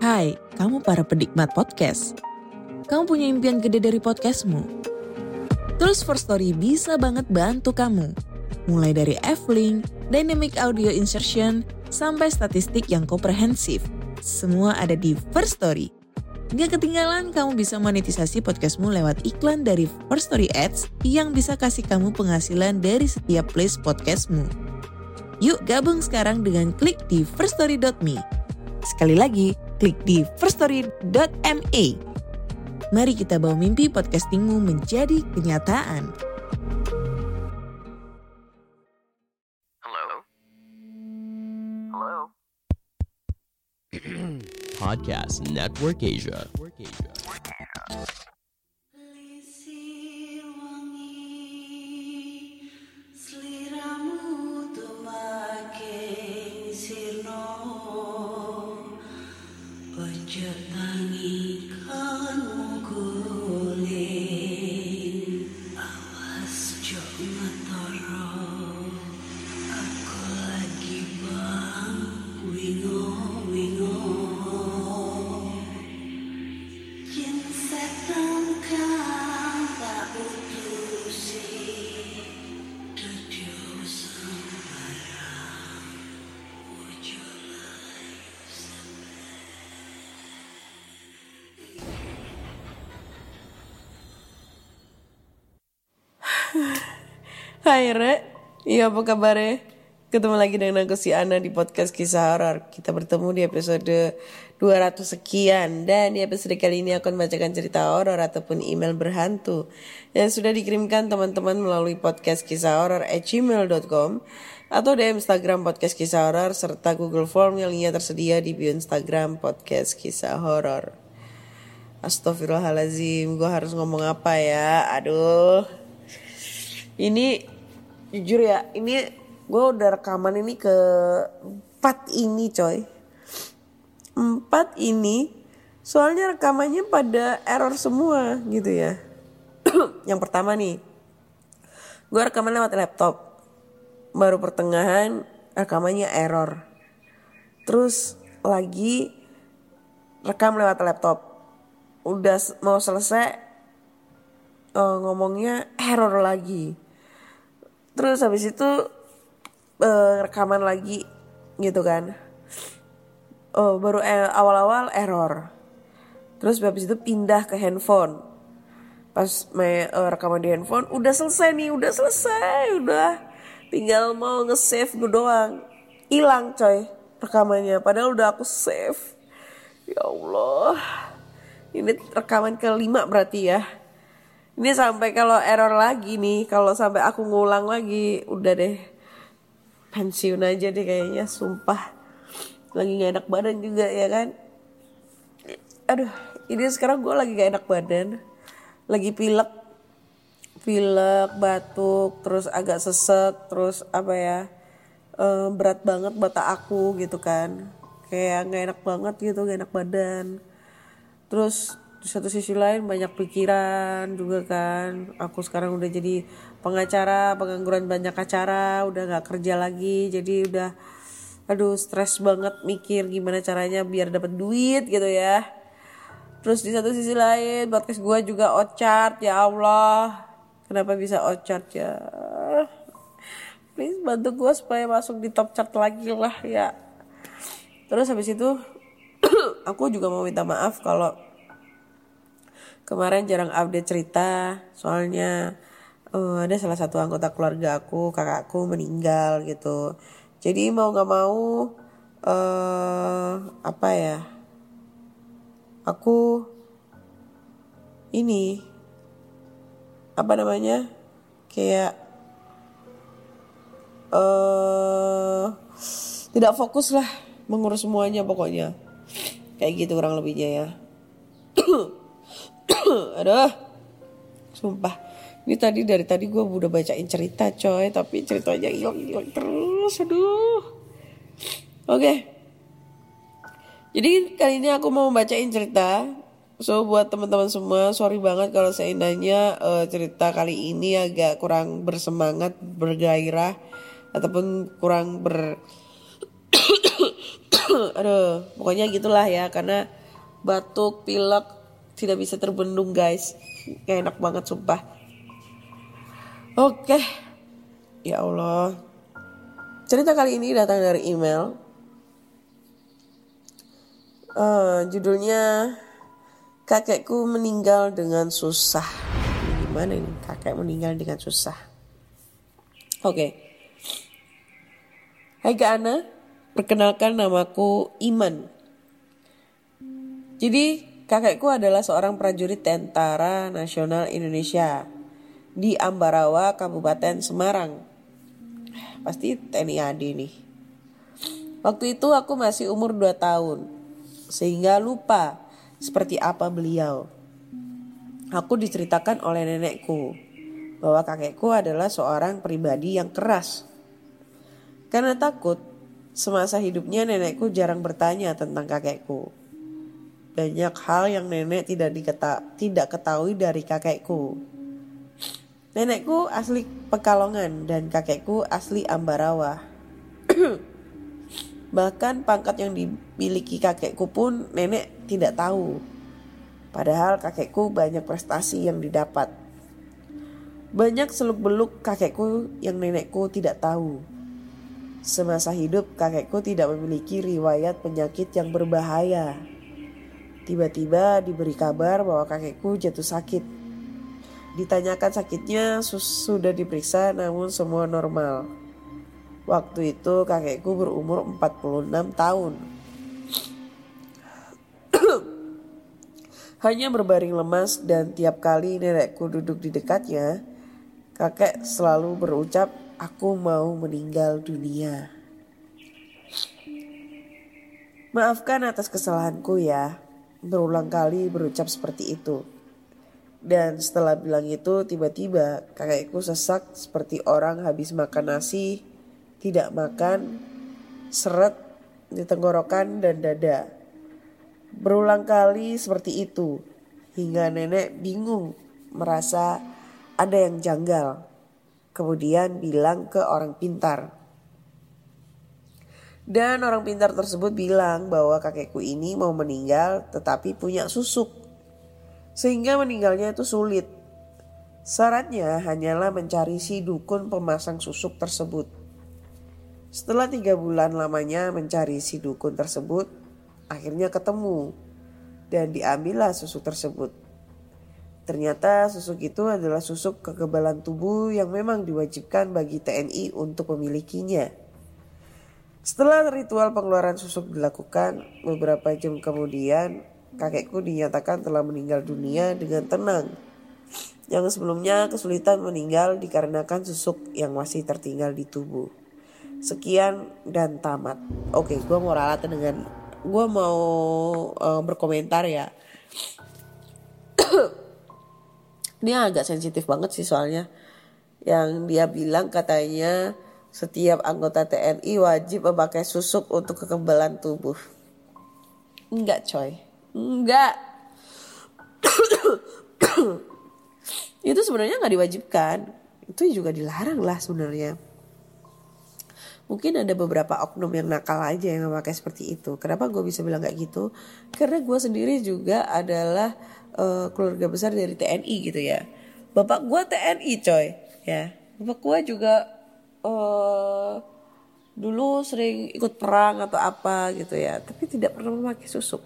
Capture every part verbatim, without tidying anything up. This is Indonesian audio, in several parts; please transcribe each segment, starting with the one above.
Hai, kamu para penikmat podcast. Kamu punya impian gede dari podcastmu? Terus First Story bisa banget bantu kamu. Mulai dari F-Link, Dynamic Audio Insertion, sampai statistik yang komprehensif. Semua ada di First Story. Gak ketinggalan kamu bisa monetisasi podcastmu lewat iklan dari First Story Ads yang bisa kasih kamu penghasilan dari setiap place podcastmu. Yuk gabung sekarang dengan klik di first story dot me. Sekali lagi, klik di first story dot me. Mari kita bawa mimpi podcastingmu menjadi kenyataan. Hello? Hello? Podcast Network Asia. Hai Re, iya apa kabar ya? Ketemu lagi dengan aku si Ana di podcast Kisah Horor. Kita bertemu di episode dua ratus sekian. Dan di episode kali ini aku akan membacakan cerita horor ataupun email berhantu yang sudah dikirimkan teman-teman melalui podcast kisah horor at gmail dot com atau di Instagram podcast kisah horor serta Google Form yang linknya tersedia di bio Instagram podcast kisah horor. Astagfirullahaladzim, gue harus ngomong apa ya? Aduh, ini jujur ya, ini gue udah rekaman ini ke empat ini coy. Empat ini, soalnya rekamannya pada error semua gitu ya. Yang pertama nih, gue rekaman lewat laptop. Baru pertengahan rekamannya error. Terus lagi rekam lewat laptop. Udah mau selesai uh, ngomongnya error lagi. Terus habis itu uh, rekaman lagi gitu kan. Oh, baru eh, awal-awal error. Terus habis itu pindah ke handphone. Pas me, uh, rekaman di handphone udah selesai nih, udah selesai, udah tinggal mau nge-save gue doang. Hilang coy rekamannya, padahal udah aku save. Ya Allah. Ini rekaman kelima berarti ya. Ini sampai kalau error lagi nih, kalau sampai aku ngulang lagi, udah deh pensiun aja deh kayaknya, sumpah. Lagi gak enak badan juga ya kan. Aduh, ini sekarang gue lagi gak enak badan. Lagi pilek, pilek, batuk, terus agak sesek, terus apa ya, eh, berat banget mata aku gitu kan. Kayak gak enak banget gitu, gak enak badan. Terus di satu sisi lain banyak pikiran juga kan. Aku sekarang udah jadi pengacara, pengangguran banyak acara, udah gak kerja lagi. Jadi udah aduh stres banget mikir gimana caranya biar dapat duit gitu ya. Terus di satu sisi lain podcast gue juga outchart. Ya Allah, kenapa bisa outchart ya? Please bantu gue supaya masuk di top chart lagi lah ya. Terus habis itu aku juga mau minta maaf kalau kemarin jarang update cerita, soalnya uh, ada salah satu anggota keluarga aku, kakakku meninggal gitu. Jadi mau gak mau, uh, apa ya, aku ini, apa namanya, kayak uh, tidak fokus lah mengurus semuanya pokoknya. Kayak gitu kurang lebihnya ya. Aduh, sumpah. Ini tadi dari tadi gue udah bacain cerita coy, tapi ceritanya hilang-hilang terus. Aduh. Oke. Jadi kali ini aku mau bacain cerita. So buat teman-teman semua, sorry banget kalau seandainya uh, cerita kali ini agak kurang bersemangat, bergairah, ataupun kurang ber Aduh, pokoknya gitulah ya, karena batuk, pilek tidak bisa terbendung guys. Gak enak banget sumpah. Oke, ya Allah. Cerita kali ini datang dari email. Uh, judulnya kakekku meninggal dengan susah. Gimana ini kakek meninggal dengan susah? Oke. Okay. Hai Kak Ana, perkenalkan namaku Iman. Jadi kakekku adalah seorang prajurit Tentara Nasional Indonesia di Ambarawa, Kabupaten Semarang. Pasti T N I A D nih. Waktu itu aku masih umur dua tahun, sehingga lupa seperti apa beliau. Aku diceritakan oleh nenekku bahwa kakekku adalah seorang pribadi yang keras. Karena takut, semasa hidupnya nenekku jarang bertanya tentang kakekku. Banyak hal yang nenek tidak diketa- tidak ketahui dari kakekku. Nenekku asli Pekalongan dan kakekku asli Ambarawa. Bahkan pangkat yang dimiliki kakekku pun nenek tidak tahu. Padahal kakekku banyak prestasi yang didapat. Banyak seluk-beluk kakekku yang nenekku tidak tahu. Semasa hidup kakekku tidak memiliki riwayat penyakit yang berbahaya. Tiba-tiba diberi kabar bahwa kakekku jatuh sakit. Ditanyakan sakitnya, sudah diperiksa namun semua normal. Waktu itu kakekku berumur empat puluh enam tahun. Hanya berbaring lemas dan tiap kali nenekku duduk di dekatnya, kakek selalu berucap, "Aku mau meninggal dunia." Maafkan atas kesalahanku ya, berulang kali berucap seperti itu. Dan setelah bilang itu, tiba-tiba kakekku sesak seperti orang habis makan nasi, tidak makan, seret di tenggorokan dan dada. Berulang kali seperti itu, hingga nenek bingung, merasa ada yang janggal. Kemudian bilang ke orang pintar. Dan orang pintar tersebut bilang bahwa kakekku ini mau meninggal tetapi punya susuk. Sehingga meninggalnya itu sulit. Syaratnya hanyalah mencari si dukun pemasang susuk tersebut. Setelah tiga bulan lamanya mencari si dukun tersebut, akhirnya ketemu dan diambillah susuk tersebut. Ternyata susuk itu adalah susuk kekebalan tubuh yang memang diwajibkan bagi T N I untuk memilikinya. Setelah ritual pengeluaran susuk dilakukan, beberapa jam kemudian kakekku dinyatakan telah meninggal dunia dengan tenang. Yang sebelumnya kesulitan meninggal dikarenakan susuk yang masih tertinggal di tubuh. Sekian dan tamat. Oke, gue mau ralat dengan, gue mau uh, berkomentar ya. Ini agak sensitif banget sih soalnya. Yang dia bilang katanya setiap anggota T N I wajib memakai susuk untuk kekebalan tubuh. Enggak coy, enggak. Itu sebenarnya gak diwajibkan. Itu juga dilarang lah sebenarnya. Mungkin ada beberapa oknum yang nakal aja yang memakai seperti itu. Kenapa gue bisa bilang kayak gitu? Karena gue sendiri juga adalah uh, keluarga besar dari T N I gitu ya. Bapak gue T N I coy, ya. Bapak gue juga uh, dulu sering ikut perang atau apa gitu ya. Tapi tidak pernah memakai susuk.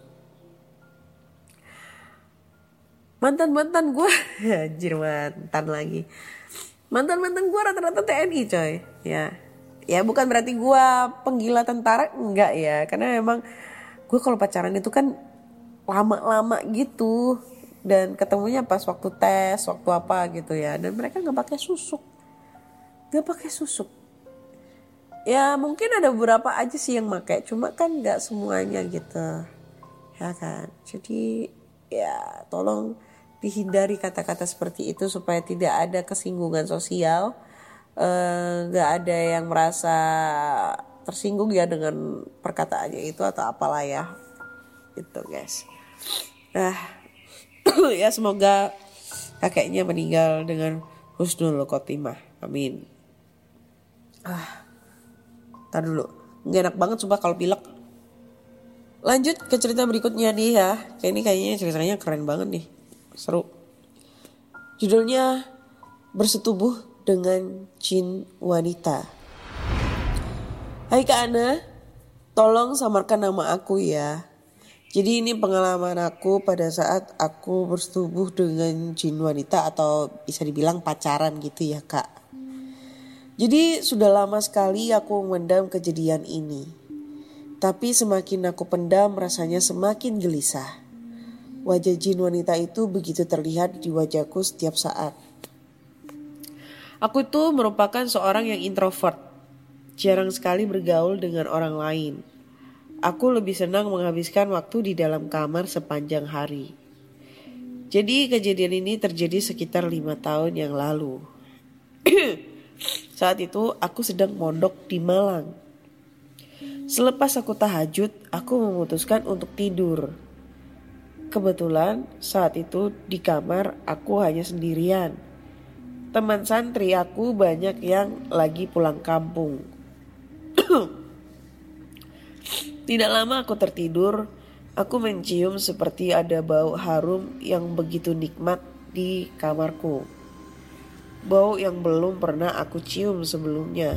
Mantan-mantan gue, anjir mantan lagi. Mantan-mantan gue rata-rata T N I coy, ya. Ya bukan berarti gue penggila tentara, enggak ya. Karena memang gue kalau pacaran itu kan lama-lama gitu. Dan ketemunya pas waktu tes, waktu apa gitu ya. Dan mereka gak pakai susuk. Gak pakai susuk. Ya mungkin ada beberapa aja sih yang pakai. Cuma kan gak semuanya gitu. Ya kan. Jadi ya tolong dihindari kata-kata seperti itu. Supaya tidak ada kesinggungan sosial. Uh, gak ada yang merasa tersinggung ya dengan perkataannya itu atau apalah ya gitu guys. Nah ya semoga kakeknya meninggal dengan husnul khotimah, amin. Ah, tar dulu, gak enak banget sumpah kalau pilek. Lanjut ke cerita berikutnya nih ya. Kayak ini kayaknya ceritanya keren banget nih. Seru. Judulnya Bersetubuh dengan Jin Wanita. Hai Kak Ana, tolong samarkan nama aku ya. Jadi ini pengalaman aku pada saat aku bersetubuh dengan jin wanita atau bisa dibilang pacaran gitu ya Kak. Jadi sudah lama sekali aku memendam kejadian ini. Tapi semakin aku pendam rasanya semakin gelisah. Wajah jin wanita itu begitu terlihat di wajahku setiap saat. Aku tuh merupakan seorang yang introvert. Jarang sekali bergaul dengan orang lain. Aku lebih senang menghabiskan waktu di dalam kamar sepanjang hari. Jadi kejadian ini terjadi sekitar lima tahun yang lalu. Saat itu aku sedang mondok di Malang. Selepas aku tahajud, aku memutuskan untuk tidur. Kebetulan saat itu di kamar aku hanya sendirian. Teman santri aku banyak yang lagi pulang kampung. Tidak lama aku tertidur, aku mencium seperti ada bau harum yang begitu nikmat di kamarku. Bau yang belum pernah aku cium sebelumnya.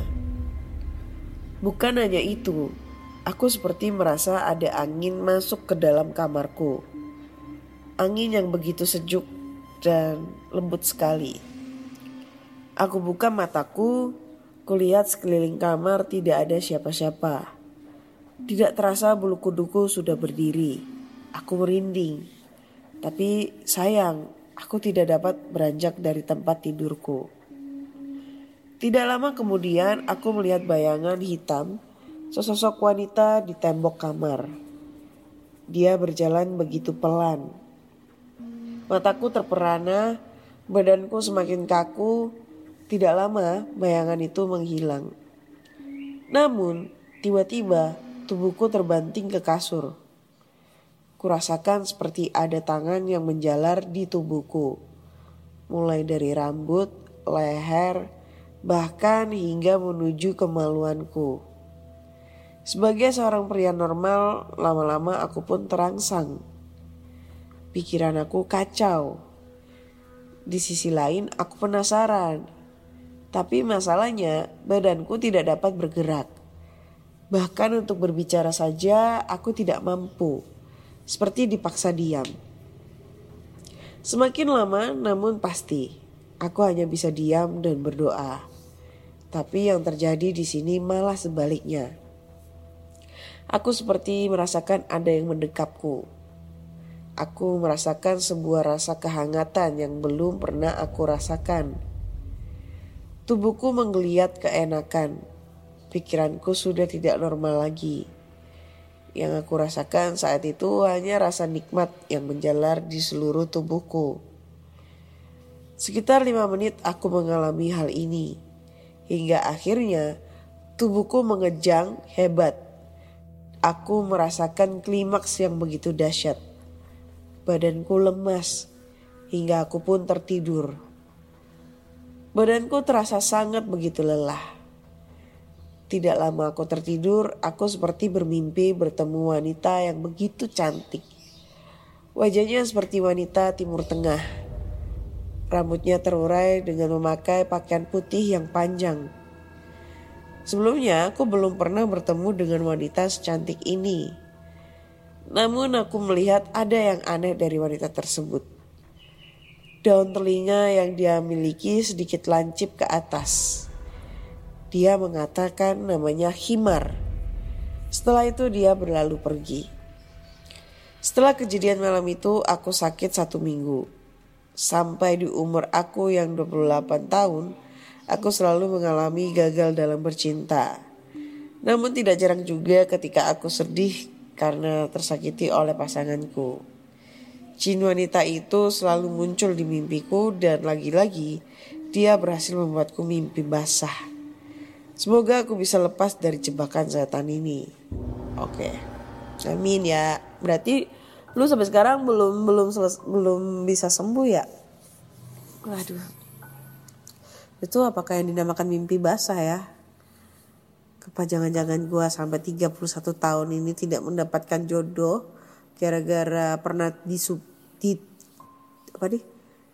Bukan hanya itu, aku seperti merasa ada angin masuk ke dalam kamarku. Angin yang begitu sejuk dan lembut sekali. Aku buka mataku, kulihat sekeliling kamar tidak ada siapa-siapa. Tidak terasa bulu kuduku sudah berdiri. Aku merinding. Tapi sayang, aku tidak dapat beranjak dari tempat tidurku. Tidak lama kemudian aku melihat bayangan hitam sesosok wanita di tembok kamar. Dia berjalan begitu pelan. Mataku terperana, badanku semakin kaku. Tidak lama bayangan itu menghilang. Namun tiba-tiba tubuhku terbanting ke kasur. Kurasakan seperti ada tangan yang menjalar di tubuhku. Mulai dari rambut, leher, bahkan hingga menuju kemaluanku. Sebagai seorang pria normal, lama-lama aku pun terangsang. Pikiran aku kacau. Di sisi lain aku penasaran. Tapi masalahnya badanku tidak dapat bergerak. Bahkan untuk berbicara saja aku tidak mampu, seperti dipaksa diam. Semakin lama namun pasti, aku hanya bisa diam dan berdoa. Tapi yang terjadi di sini malah sebaliknya. Aku seperti merasakan ada yang mendekapku. Aku merasakan sebuah rasa kehangatan yang belum pernah aku rasakan. Tubuhku menggeliat keenakan. Pikiranku sudah tidak normal lagi. Yang aku rasakan saat itu hanya rasa nikmat yang menjalar di seluruh tubuhku. Sekitar lima menit aku mengalami hal ini. Hingga akhirnya tubuhku mengejang hebat. Aku merasakan klimaks yang begitu dahsyat. Badanku lemas hingga aku pun tertidur. Badanku terasa sangat begitu lelah. Tidak lama aku tertidur, aku seperti bermimpi bertemu wanita yang begitu cantik. Wajahnya seperti wanita Timur Tengah. Rambutnya terurai dengan memakai pakaian putih yang panjang. Sebelumnya aku belum pernah bertemu dengan wanita secantik ini. Namun aku melihat ada yang aneh dari wanita tersebut. Daun telinga yang dia miliki sedikit lancip ke atas. Dia mengatakan namanya Himar. Setelah itu dia berlalu pergi. Setelah kejadian malam itu aku sakit satu minggu. Sampai di umur aku yang dua puluh delapan tahun, aku selalu mengalami gagal dalam bercinta. Namun tidak jarang juga ketika aku sedih karena tersakiti oleh pasanganku. Jin wanita itu selalu muncul di mimpiku dan lagi-lagi dia berhasil membuatku mimpi basah. Semoga aku bisa lepas dari jebakan setan ini. Oke, amin ya. Berarti lu sampai sekarang belum belum seles, belum bisa sembuh ya? Waduh, itu apakah yang dinamakan mimpi basah ya? Apa jangan-jangan gue sampai tiga puluh satu tahun ini tidak mendapatkan jodoh gara-gara pernah disub di apa nih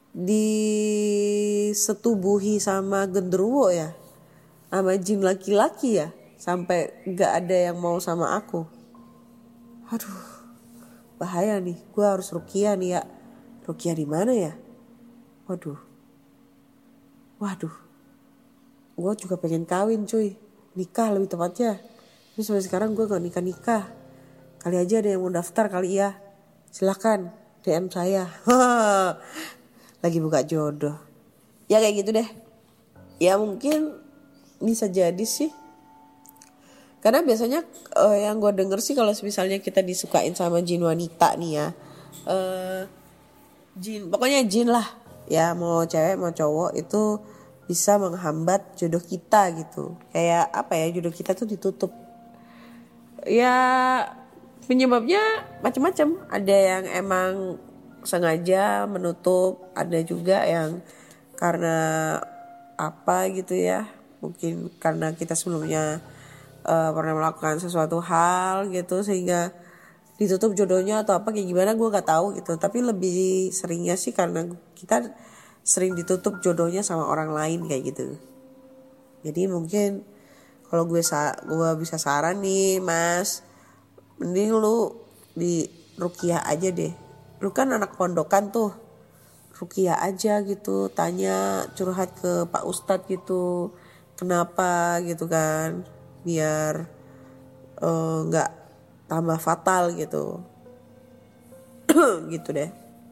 disetubuhi sama genderuwo ya, sama jin laki-laki ya, sampai gak ada yang mau sama aku. Aduh, bahaya nih, gue harus ruqyah nih ya. Ruqyah di mana ya? Waduh, waduh, gue juga pengen kawin cuy, nikah lebih tepatnya. Ini sampai sekarang gue gak nikah-nikah. Kali aja ada yang mau daftar kali ya, silakan D M saya. Lagi buka jodoh. Ya kayak gitu deh. Ya mungkin bisa jadi sih. Karena biasanya uh, yang gue denger sih kalau misalnya kita disukain sama jin wanita nih ya. Uh, jin, pokoknya jin lah. Ya mau cewek mau cowok itu bisa menghambat jodoh kita gitu. Kayak apa ya, jodoh kita tuh ditutup. Ya penyebabnya macam-macam. Ada yang emang sengaja menutup, ada juga yang karena apa gitu ya, mungkin karena kita sebelumnya uh, pernah melakukan sesuatu hal gitu sehingga ditutup jodohnya atau apa kayak gimana gue nggak tahu gitu. Tapi lebih seringnya sih karena kita sering ditutup jodohnya sama orang lain kayak gitu. Jadi mungkin kalau gue sa- gue bisa saran nih Mas, mending lu di ruqyah aja deh. Lu kan anak pondokan tuh, ruqyah aja gitu, tanya curhat ke Pak Ustadz gitu, kenapa gitu kan, biar nggak uh, tambah fatal gitu, gitu deh.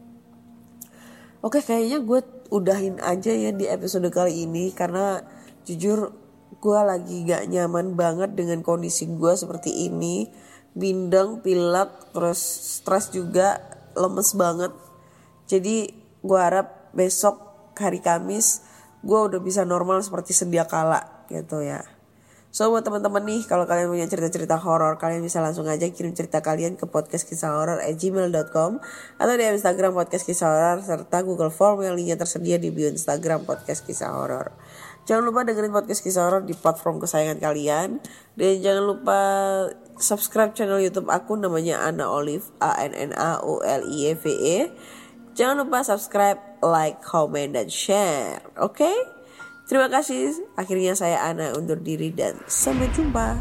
Oke, kayaknya gue udahin aja ya di episode kali ini karena jujur gue lagi gak nyaman banget dengan kondisi gue seperti ini, bindeng, pilek, terus stres juga. Lemes banget. Jadi gue harap besok hari Kamis gue udah bisa normal seperti sedia kala gitu ya. So buat teman-teman nih, kalau kalian punya cerita-cerita horor, kalian bisa langsung aja kirim cerita kalian ke podcast kisah horor at gmail dot com atau di Instagram podcast kisah horor serta Google Form yang linknya tersedia di bio Instagram podcast kisah horor. Jangan lupa dengerin podcast kisah horor di platform kesayangan kalian. Dan jangan lupa subscribe channel YouTube aku, namanya Anna Olive, A N N A O L I E V E. Jangan lupa subscribe, like, comment, dan share. Oke? Okay? Terima kasih. Akhirnya saya Anna undur diri dan sampai jumpa.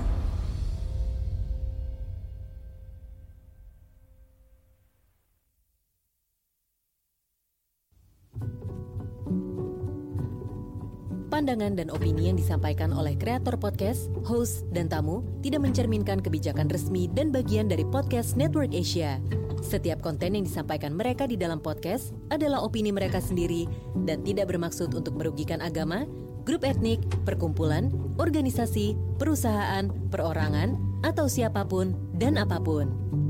Pandangan dan opini yang disampaikan oleh kreator podcast, host, dan tamu tidak mencerminkan kebijakan resmi dan bagian dari Podcast Network Asia. Setiap konten yang disampaikan mereka di dalam podcast adalah opini mereka sendiri dan tidak bermaksud untuk merugikan agama, grup etnik, perkumpulan, organisasi, perusahaan, perorangan, atau siapapun dan apapun.